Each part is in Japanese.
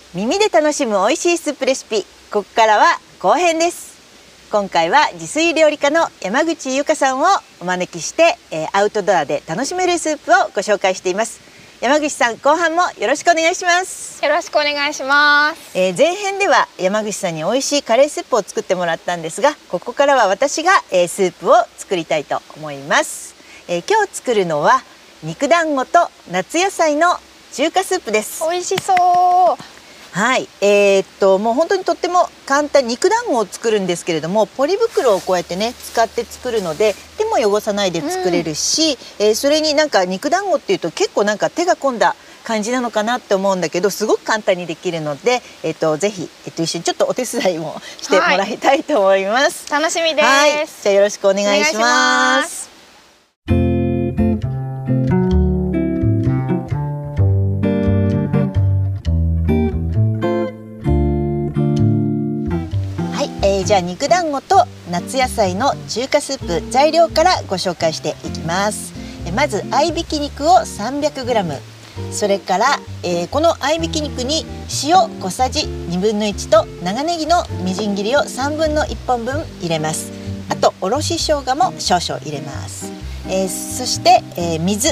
耳で楽しむ美味しいスープレシピ。ここからは後編です。今回は自炊料理家の山口由佳さんをお招きして、アウトドアで楽しめるスープをご紹介しています。山口さん、後半もよろしくお願いします。 よろしくお願いします。 前編では山口さんに美味しいカレースープを作ってもらったんですが、ここからは私が、スープを作りたいと思います。今日作るのは肉団子と夏野菜の中華スープです。 美味しそう。 はい、もう本当にとっても簡単、肉団子を作るんですけれども、ポリ袋をこうやってね使って作るので手も汚さないで作れるし、それになんか肉団子っていうと結構なんか手が込んだ感じなのかなって思うんだけど、すごく簡単にできるので、ぜひ、一緒にちょっとお手伝いもしてもらいたいと思います。 楽しみです。 はい、じゃあよろしくお願いします。じゃあ肉団子と夏野菜の中華スープ、材料からご紹介していきます。まず合いびき肉を 300g、 それから、この合いびき肉に塩小さじ1/2と長ネギのみじん切りを1/3本分入れます。あとおろし生姜も少々入れます。そして、水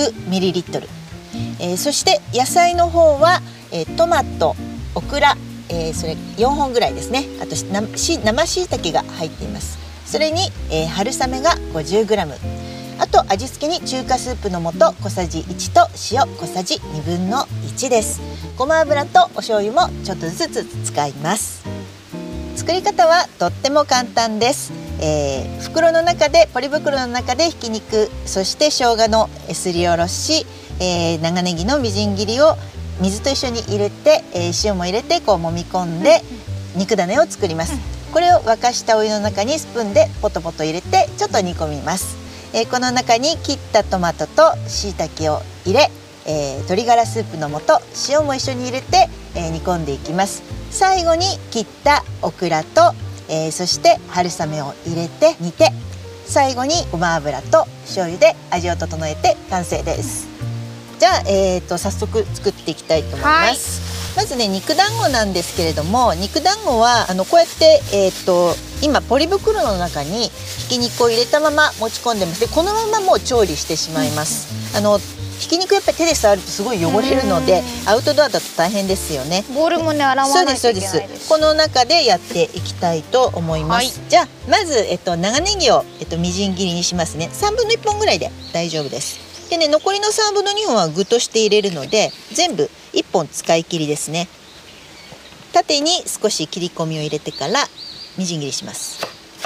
100ml、そして野菜の方は、トマト、オクラ、それ4本ぐらいですね。あと生しいたけが入っています。それに、春雨が 50g、 あと味付けに中華スープの素小さじ1と塩小さじ1/2です。ごま油とお醤油もちょっとずつ使います。作り方はとっても簡単です。袋の中で、ポリ袋の中でひき肉、そして生姜のすりおろし、長ネギのみじん切りを水と一緒に入れて、塩も入れてこう揉み込んで肉ダネを作ります。これを沸かしたお湯の中にスプーンでポトポト入れてちょっと煮込みます。この中に切ったトマトとしいたけを入れ、鶏ガラスープの素、塩も一緒に入れて、煮込んでいきます。最後に切ったオクラと、そして春雨を入れて煮て、最後にごま油と醤油で味を整えて完成です。じゃあ、早速作っていきたいと思います。まずね、肉団子なんですけれども、肉団子はこうやって、今ポリ袋の中にひき肉を入れたまま持ち込んでます。でこのままもう調理してしまいます。ひき肉やっぱり手で触るとすごい汚れるので、アウトドアだと大変ですよね。 ボウルもね洗わないといけないです。 そうです。この中でやっていきたいと思います。じゃあまず、長ネギを、みじん切りにしますね。1/3本ぐらいで大丈夫です。でね、残りの2/3本は具として入れるので、全部1本使い切りですね。縦に少し切り込みを入れてからみじん切りします。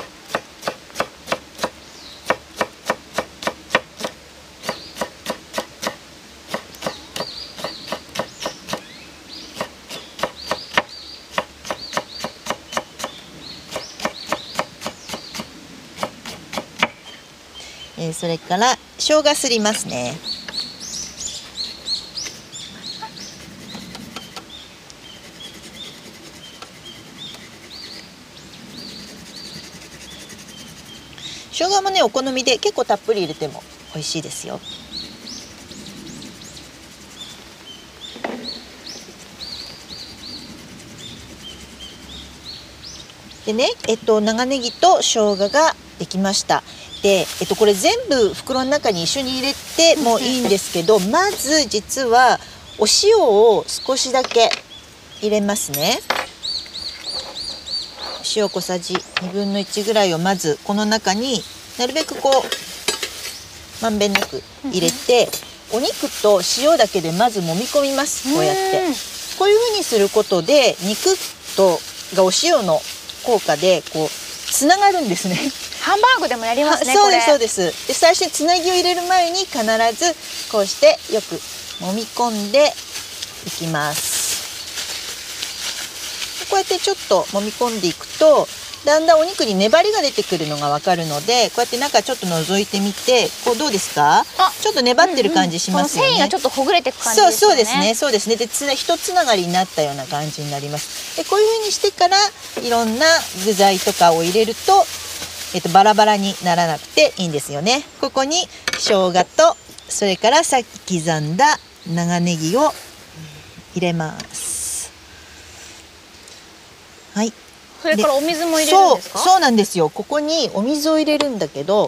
それから生姜すりますね。生姜もねお好みで結構たっぷり入れても美味しいですよ。でね、長ネギと生姜ができました。で、これ全部袋の中に一緒に入れてもいいんですけど、まず実はお塩を少しだけ入れますね。塩小さじ1/2ぐらいをまずこの中になるべくこうまんべんなく入れて、お肉と塩だけでまず揉み込みます。こうやってこういう風にすることで肉とがお塩の効果でこうつながるんですね。 ハンバーグでもやりますね。 そうです。で最初につなぎを入れる前に必ずこうしてよく揉み込んでいきます。こうやってちょっと揉み込んでいくとだんだんお肉に粘りが出てくるのがわかるので、こうやって中ちょっと覗いてみて、こうどうですか？ちょっと粘ってる感じしますよね。 繊維がちょっとほぐれていく感じですよね。 そうですね。で一つながりになったような感じになります。でこういう風にしてからいろんな具材とかを入れると、バラバラにならなくていいんですよね。ここに生姜とそれからさっき刻んだ長ネギを入れます。 はい。 それからお水も入れるんですか？ そうなんですよ。ここにお水を入れるんだけど、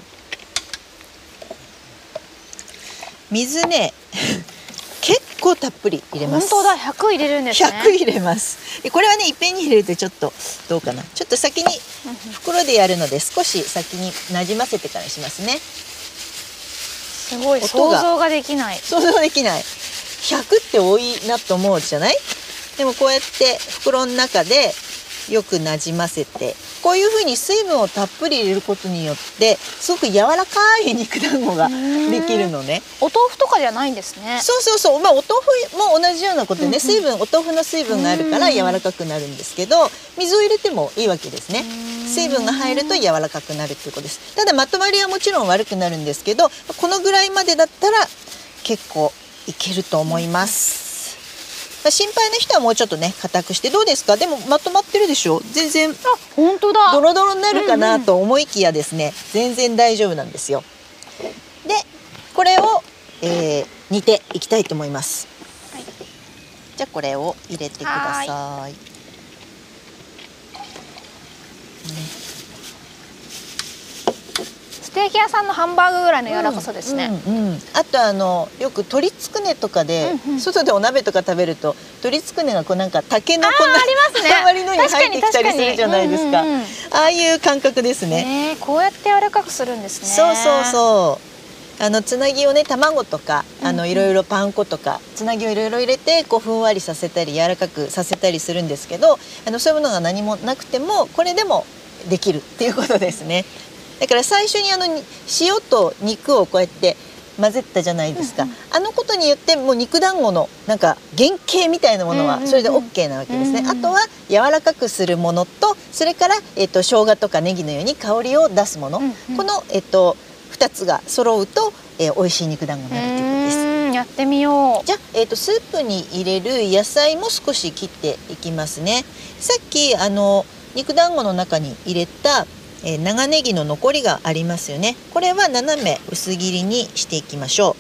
水ね結構たっぷり入れます。 本当だ、100入れるんですね。 100入れます。これはねいっぺんに入れるとちょっとどうかな。ちょっと先に袋でやるので少し先になじませてからしますね。 すごい想像ができない。 想像できない。100って多いなと思うじゃない？でもこうやって袋の中でよくなじませて、こういう風に水分をたっぷり入れることによってすごく柔らかい肉団子ができるのね。 お豆腐とかじゃないんですね。 そう、まあお豆腐も同じようなことでね、お豆腐の水分があるから柔らかくなるんですけど、水を入れてもいいわけですね。水分が入ると柔らかくなるっていうことです。ただまとまりはもちろん悪くなるんですけど、このぐらいまでだったら結構いけると思います。心配な人はもうちょっとね固くして。どうですか？でもまとまってるでしょ。全然本当だ、 ドロドロになるかなと思いきやですね、全然大丈夫なんですよ。でこれを、煮ていきたいと思います、はい。じゃあこれを入れてください。 ステーキ屋さんのハンバーグぐらいの柔らかさですね。 あとよく鶏つくねとかで、外でお鍋とか食べると鶏つくねがこうなんか竹のこんな塊のに入ってきたりするじゃないですか。ああいう感覚ですね。 こうやって柔らかくするんですね。 そうつなぎをね卵とかいろいろパン粉とかつなぎをいろいろ入れてこうふんわりさせたり柔らかくさせたりするんですけど、そういうものが何もなくてもこれでもできるっていうことですね。だから最初に塩と肉をこうやって混ぜたじゃないですか。あのことによってもう肉団子のなんか原型みたいなものはそれで OK なわけですね。あとは柔らかくするものと、それから生姜とかネギのように香りを出すもの、この2つが揃うと美味しい肉団子になるということです。 やってみよう。 じゃあ、スープに入れる野菜も少し切っていきますね。さっき肉団子の中に入れた長ネギの残りがありますよね。これは斜め薄切りにしていきましょう。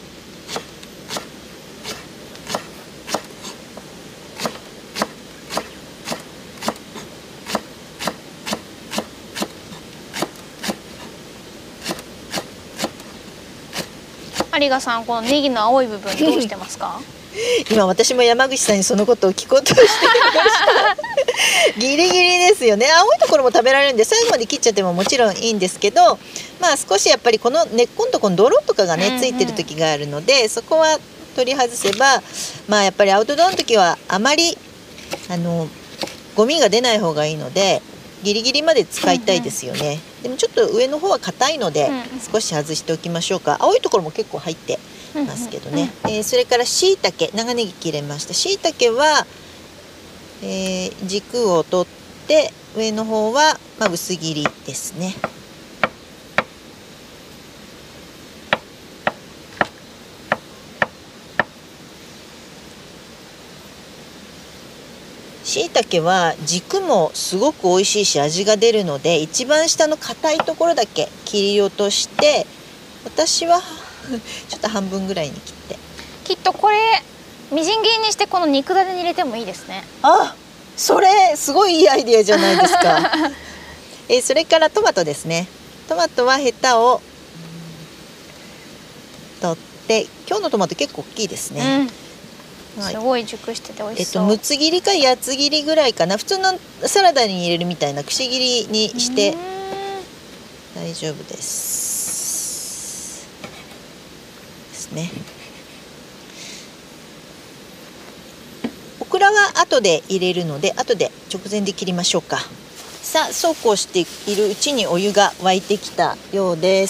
有賀さん、このネギの青い部分どうしてますか？ 今私も山口さんにそのことを聞こうとしていましたギリギリですよね。青いところも食べられるんで最後まで切っちゃってももちろんいいんですけど、まあ少しやっぱりこの根っこのところに泥とかがねついてる時があるので、そこは取り外せば、まあやっぱりアウトドアの時はあまりゴミが出ない方がいいのでギリギリまで使いたいですよね。でもちょっと上の方は硬いので少し外しておきましょうか。青いところも結構入ってますけどね。それから椎茸、長ネギ切れました。椎茸は、軸を取って上の方は、まあ、薄切りですね。椎茸は軸もすごく美味しいし味が出るので、一番下の硬いところだけ切り落として、私はちょっと半分ぐらいに切って。 きっとこれみじん切りにしてこの肉だねに入れてもいいですね。 あ、それすごいいいアイディアじゃないですかそれからトマトですね。トマトはヘタを取って、今日のトマト結構大きいですね。 すごい熟してて美味しそう。 むつ切りか八つ切りぐらいかな。普通のサラダに入れるみたいなくし切りにして大丈夫ですね。オクラは後で入れるので後で直前で切りましょうか。さあそうこうしているうちにお湯が沸いてきたようです。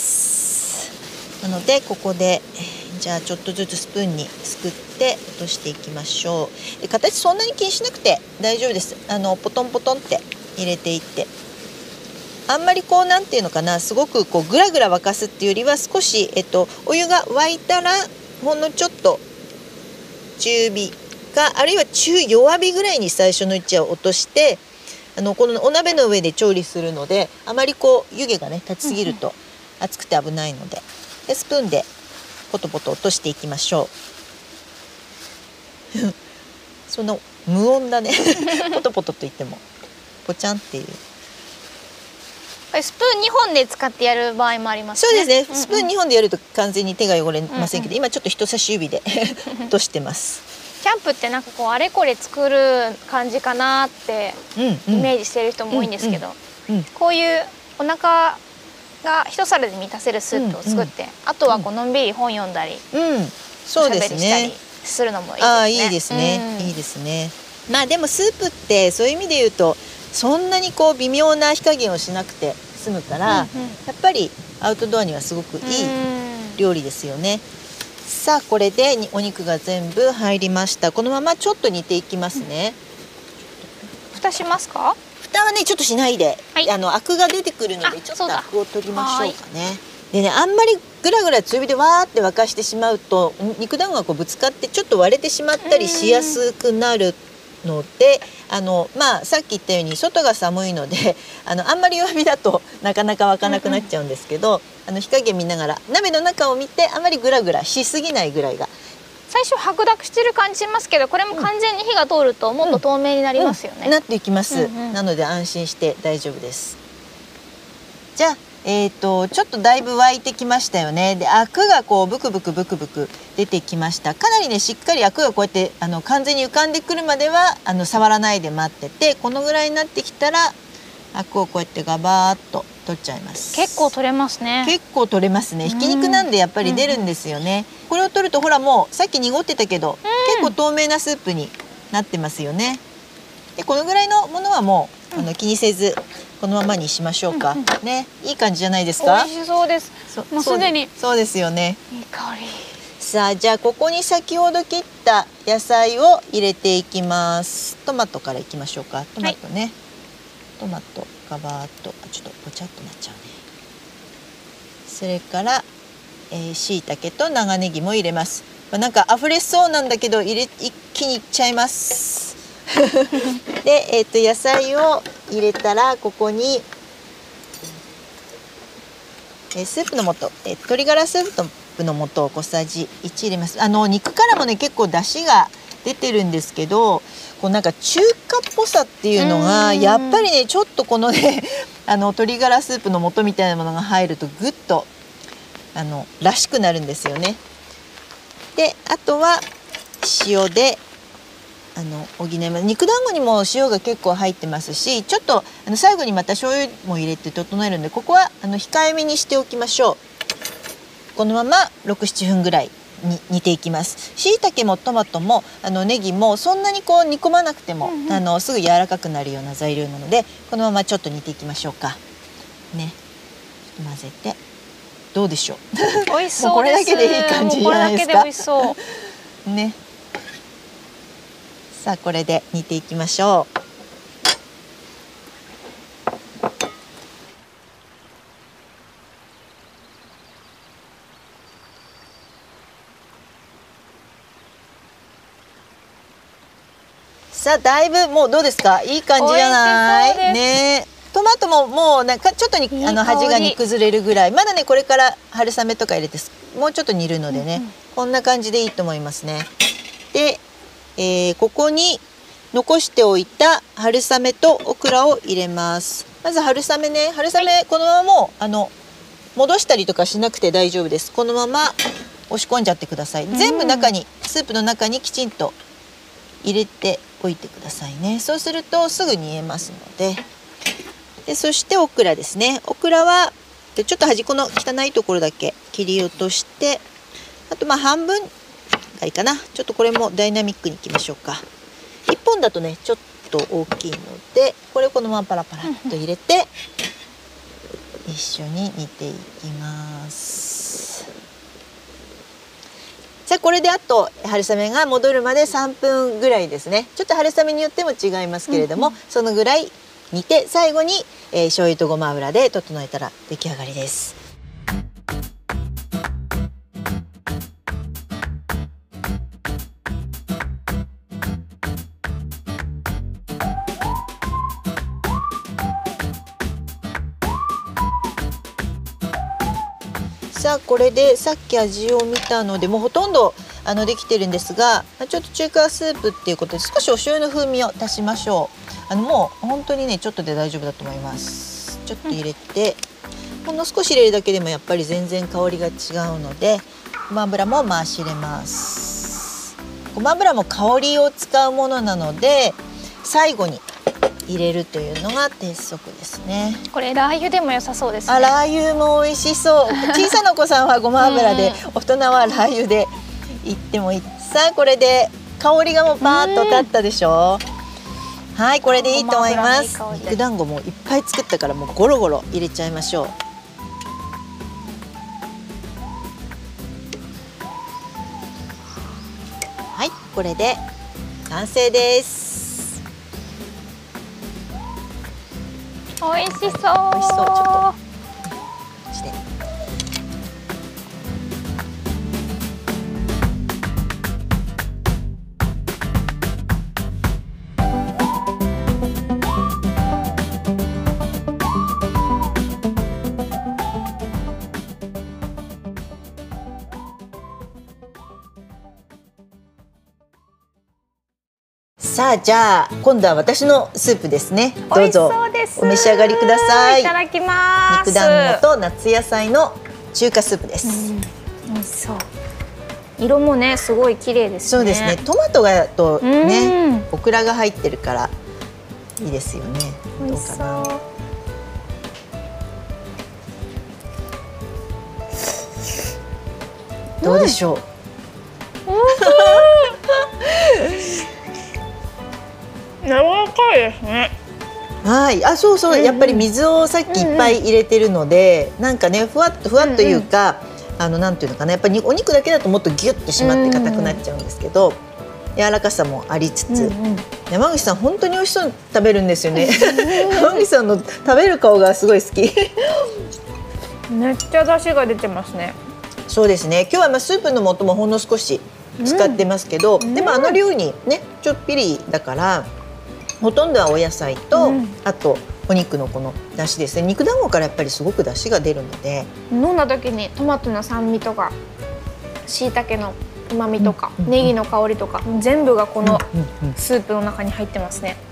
なのでここでじゃあちょっとずつスプーンにすくって落としていきましょう。で形そんなに気にしなくて大丈夫です。ポトンポトンって入れていって、あんまりこうなんていうのかな、すごくこうグラグラ沸かすっていうよりは少し、お湯が沸いたらほんのちょっと中火かあるいは中弱火ぐらいに最初のうちは落として、このお鍋の上で調理するのであまりこう湯気がね立ちすぎると熱くて危ないので、スプーンでポトポト落としていきましょうその無音だねポトポトと言っても。 ポチャンっていう。 スプーン2本で使ってやる場合もありますね。 そうですね、スプーン2本でやると完全に手が汚れませんけど、今ちょっと人差し指で落としてます。 キャンプってなんかこうあれこれ作る感じかなってイメージしてる人も多いんですけど、こういうお腹が一皿で満たせるスープを作って、あとはこうのんびり本読んだり、 そうですね、 するのもいいですね。 いいですね、いいですね。まあでもスープってそういう意味で言うとそんなにこう微妙な火加減をしなくて済むから、やっぱりアウトドアにはすごくいい料理ですよね。さあこれでお肉が全部入りました。このままちょっと煮ていきますね。 蓋しますか？ 蓋はねちょっとしないで、アクが出てくるのでちょっとアクを取りましょうかね。でね、あんまりぐらぐら強火でわーって沸かしてしまうと肉団子がこうぶつかってちょっと割れてしまったりしやすくなるので、まあさっき言ったように外が寒いのであんまり弱火だとなかなか沸かなくなっちゃうんですけど、火加減見ながら鍋の中を見てあまりグラグラしすぎないぐらいが。 最初白濁してる感じしますけど、これも完全に火が通るともっと透明になりますよね。 なっていきます。なので安心して大丈夫です。じゃあちょっとだいぶ沸いてきましたよね。でアクがこうブクブクブクブク出てきました。かなりねしっかりアクがこうやって完全に浮かんでくるまでは触らないで待ってて、このぐらいになってきたらアクをこうやってガバーッと取っちゃいます。 結構取れますね。 結構取れますね。ひき肉なんでやっぱり出るんですよね。これを取るとほらもうさっき濁ってたけど、結構透明なスープになってますよね。でこのぐらいのものはもう気にせずこのままにしましょうか。ね、いい感じじゃないですか。 美味しそうです。もうすでにそうですよね。 いい香り。 さあじゃあここに先ほど切った野菜を入れていきます。トマトからいきましょうか。トマトね、トマトガバーッとちょっとぽちゃっとなっちゃうね。それから椎茸と長ネギも入れます。なんか溢れそうなんだけど一気にいっちゃいます。で、野菜を入れたらここに、スープの素、鶏ガラスープの素を小さじ1入れます。肉からもね結構出汁が出てるんですけど、こうなんか中華っぽさっていうのがやっぱりねちょっとこのね鶏ガラスープの素みたいなものが入るとぐっとらしくなるんですよね。であとは塩で補います。肉団子にも塩が結構入ってますし、ちょっと最後にまた醤油も入れて整えるんで、ここは控えめにしておきましょう。このまま6、7分ぐらいに煮ていきます。椎茸もトマトもネギもそんなにこう煮込まなくても、すぐ柔らかくなるような材料なので、このままちょっと煮ていきましょうかね。混ぜてどうでしょう。 美味しそうです。 これだけでいい感じじゃないですか。 これだけで美味しそうね。さあこれで煮ていきましょう。さあだいぶもうどうですか。いい感じじゃないね。トマトももうなんかちょっとに端が煮崩れるぐらい、まだねこれから春雨とか入れてもうちょっと煮るのでね、こんな感じでいいと思いますね。で、ここに残しておいた春雨とオクラを入れます。まず春雨ね、春雨このままもう戻したりとかしなくて大丈夫です。このまま押し込んじゃってください。全部中にスープの中にきちんと入れておいてくださいね。そうするとすぐ煮えますので。でそしてオクラですね。オクラはちょっと端っこの汚いところだけ切り落として、あと半分がいいかな。ちょっとこれもダイナミックにいきましょうか。1本だとねちょっと大きいので、これをこのままパラパラっと入れて一緒に煮ていきます。さあこれであと春雨が戻るまで3分ぐらいですね。ちょっと春雨によっても違いますけれども、そのぐらい煮て最後に、醤油とごま油で整えたら出来上がりです。さあこれでさっき味を見たのでもうほとんどできてるんですが、ちょっと中華スープっていうことで少しお醤油の風味を足しましょう。もう本当にねちょっとで大丈夫だと思います。ちょっと入れて、ほんの少し入れるだけでもやっぱり全然香りが違うので、ごま油も回し入れます。ごま油も香りを使うものなので最後に入れるというのが鉄則ですね。 これラー油でも良さそうですね。 ラー油も美味しそう。小さなお子さんはごま油で、大人はラー油でいってもいい。さあこれで香りがもうパーッと立ったでしょ。はい、これでいいと思います。肉団子もいっぱい作ったからもうゴロゴロ入れちゃいましょう。はい、これで完成です。 美味しそう。美味しそう。ちょっとして。 さあじゃあ今度は私のスープですね。どうぞお召し上がりください。 いただきます。 肉団子と夏野菜の中華スープです。 美味しそう。色もねすごい綺麗ですね。 そうですね。トマトがとねオクラが入ってるからいいですよね。どうかな。どうでしょう。 柔らかいですね。 はい、そうそう、やっぱり水をさっきいっぱい入れてるので、なんかねふわっとというか、なんていうのかな、やっぱりお肉だけだともっとギュッと締まって硬くなっちゃうんですけど、柔らかさもありつつ、山口さん本当に美味しそうに食べるんですよね。山口さんの食べる顔がすごい好き。 めっちゃ出汁が出てますね。 そうですね。今日はスープの素もほんの少し使ってますけど、でも量にねちょっぴりだから。ほとんどはお野菜と、あとお肉のこの出汁ですね。肉団子からやっぱりすごく出汁が出るので、 飲んだ時にトマトの酸味とか椎茸の旨味とか、ネギの香りとか全部がこのスープの中に入ってますね。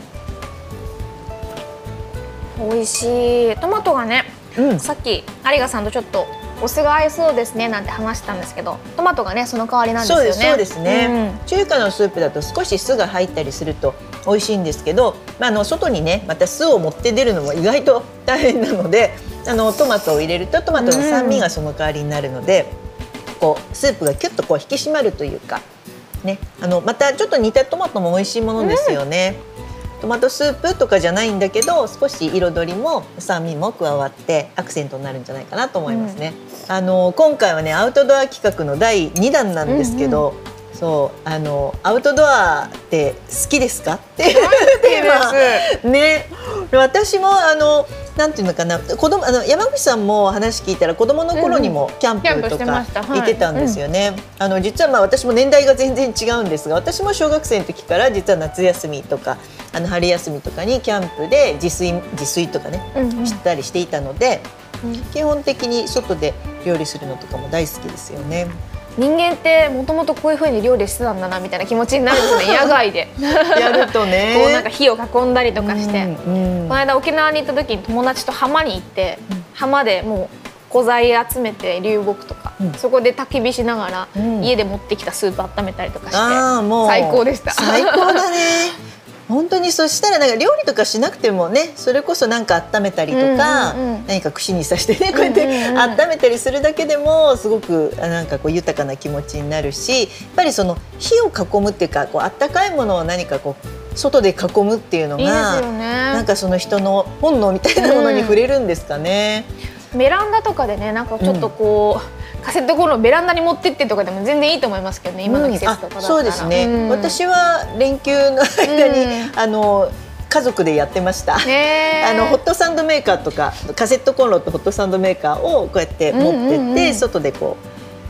美味しい。トマトがね、さっき有賀さんとちょっとお酢が合いそうですねなんて話したんですけど、トマトがねその代わりなんですよね。 そうですね。中華のスープだと少し酢が入ったりすると美味しいんですけど、外にねまた酢を持って出るのも意外と大変なので、トマトを入れるとトマトの酸味がその代わりになるので、こうスープがキュッとこう引き締まるというかね、またちょっと煮たトマトも美味しいものですよね。トマトスープとかじゃないんだけど、少し彩りも酸味も加わってアクセントになるんじゃないかなと思いますね。今回はねアウトドア企画の第2弾なんですけど、そうアウトドアって好きですかっていうテーマね。私もなんていうのかな、山口さんも話聞いたら子供の頃にもキャンプとか行ってたんですよね。実は私も年代が全然違うんですが、私も小学生の時から実は夏休みとか春休みとかにキャンプで自炊とかね、したりしていたので、基本的に外で料理するのとかも大好きですよね。 人間ってもともとこういう風に料理してたんだなみたいな気持ちになるんですね。野外でやるとね、 こうなんか火を囲んだりとかして、この間沖縄に行った時に友達と浜に行って、浜でもう古材集めて流木とか、そこで焚き火しながら、家で持ってきたスープ温めたりとかして、最高でした。 最高だね。本当にそしたらなんか料理とかしなくてもね、それこそなんか温めたりとか、何か串に刺してねこうやって温めたりするだけでもすごくなんかこう豊かな気持ちになるし、やっぱりその火を囲むっていうか、こうあったかいものを何かこう外で囲むっていうのがなんかその人の本能みたいなものに触れるんですかね。 ベランダとかでね、なんかちょっとこう、カセットコンロをベランダに持ってってとかでも全然いいと思いますけどね、今の季節とかだったら。 そうですね、私は連休の間に、家族でやってました。ホットサンドメーカーとかカセットコンロとホットサンドメーカーをこうやって持ってって、外でこう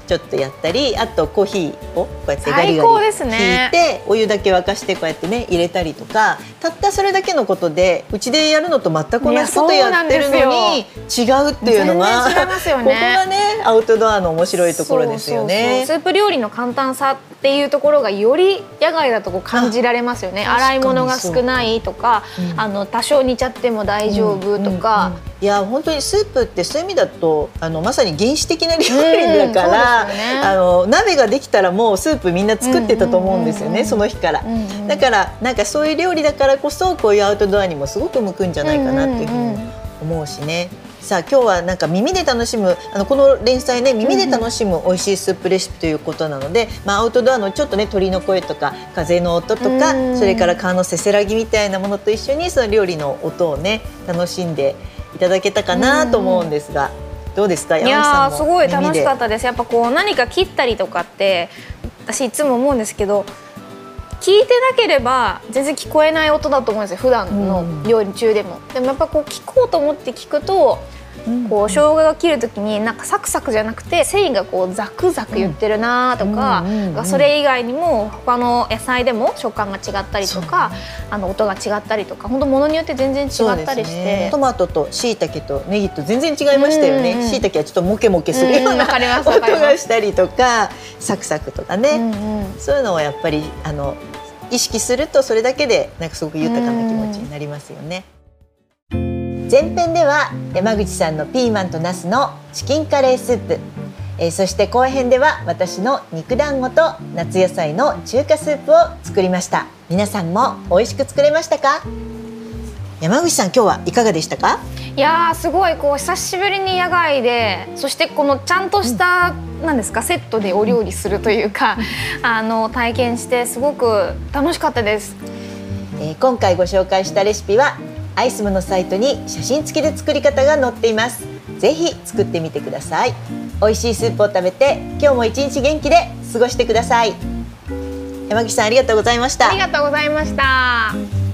ちょっとやったり、あとコーヒーをこうやってガリガリ最高ですね。 引いてお湯だけ沸かしてこうやってね入れたりとか、たったそれだけのことでうちでやるのと全く同じことやってるのに違うっていうのが、 全然違いますよね。 ここがねアウトドアの面白いところですよね。 スープ料理の簡単さっていうところがより野外だとこう感じられますよね。洗い物が少ないとか、多少煮ちゃっても大丈夫とか。 いや本当にスープってそういう意味だとまさに原始的な料理だから、鍋ができたらもうスープみんな作ってたと思うんですよね、その日から。だからなんかそういう料理だからこそこういうアウトドアにもすごく向くんじゃないかなっていうふうに思うしね。さあ今日はなんか耳で楽しむこの連載ね、耳で楽しむ美味しいスープレシピということなので、アウトドアのちょっとね鳥の声とか風の音とか、それから川のせせらぎみたいなものと一緒にその料理の音をね楽しんでいただけたかなと思うんですが、どうですか山口さんも。 すごい楽しかったです。やっぱこう何か切ったりとかって私いつも思うんですけど、聞いてなければ全然聞こえない音だと思うんですよ、普段の料理中でも。でもやっぱこう聞こうと思って聞くと、こう生姜が切る時になんかサクサクじゃなくて繊維がこうザクザク言ってるなとか、それ以外にも他の野菜でも食感が違ったりとか、音が違ったりとか、本当物によって全然違ったりして、 トマトと椎茸とネギと全然違いましたよね。椎茸はちょっとモケモケするような音がしたりとか、サクサクとかね、そういうのをやっぱり意識するとそれだけでなんかすごく豊かな気持ちになりますよね。前編では山口さんのピーマンとナスのチキンカレースープ、そして後編では私の肉団子と夏野菜の中華スープを作りました。皆さんも美味しく作れましたか？山口さん今日はいかがでしたか？ いやーすごいこう久しぶりに野外で、そしてこのちゃんとしたなんですかセットでお料理するというか体験してすごく楽しかったです。 今回ご紹介したレシピはアイスムのサイトに写真付きで作り方が載っています。ぜひ作ってみてください。美味しいスープを食べて今日も一日元気で過ごしてください。山口さんありがとうございました。 ありがとうございました。